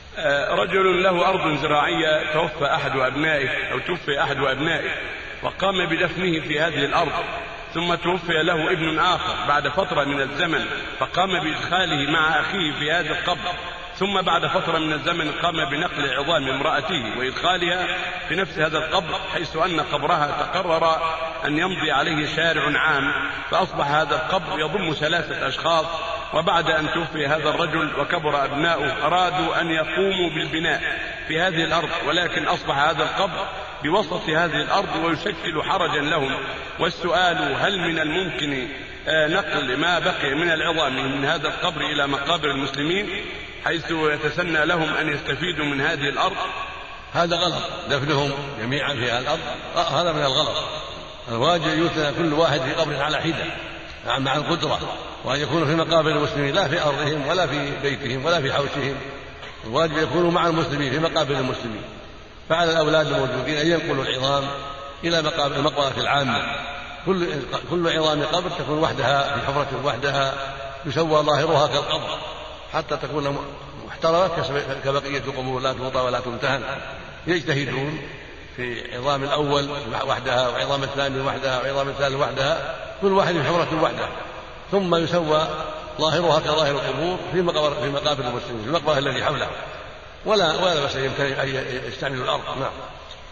رجل له أرض زراعية توفي أحد أبنائه وقام بدفنه في هذه الأرض، ثم توفي له ابن آخر بعد فترة من الزمن فقام بإدخاله مع أخيه في هذا القبر، ثم بعد فترة من الزمن قام بنقل عظام امرأته وإدخالها في نفس هذا القبر، حيث أن قبرها تقرر أن يمضي عليه شارع عام، فأصبح هذا القبر يضم 3 أشخاص. وبعد أن توفي هذا الرجل وكبر أبناؤه أرادوا أن يقوموا بالبناء في هذه الأرض، ولكن أصبح هذا القبر بوسط هذه الأرض ويشكل حرجا لهم. والسؤال: هل من الممكن نقل ما بقي من العظام من هذا القبر إلى مقابر المسلمين حيث يتسنى لهم أن يستفيدوا من هذه الأرض؟ هذا غلط، دفنهم جميعا في هذه الأرض هذا من الغلط. الواجب يدفن كل واحد في قبر على حدة مع القدرة، وأن يكونوا في مقابر المسلمين لا في أرضهم ولا في بيتهم ولا في حوشهم. الواجب يكونوا مع المسلمين في مقابر المسلمين. فعلى الأولاد الموجودين أن ينقلوا العظام إلى المقبرة العامة. كل عظام قبر تكون وحدها في حفرة وحدها يسوى ظاهرها كالقبر حتى تكون محترمة كبقية القبور، لا توطى ولا تمتهن. يجتهدون في عظام الأول وحدها، وعظام الثاني وحدها، وعظام الثالث وحدها، كل واحد في حفرة وحدها، ثم يسوى ظاهرها كظاهر القبور في مقابر المسلمين في المقبرة الذي حولها، ولا بأس أن يستعملوا الأرض. نعم.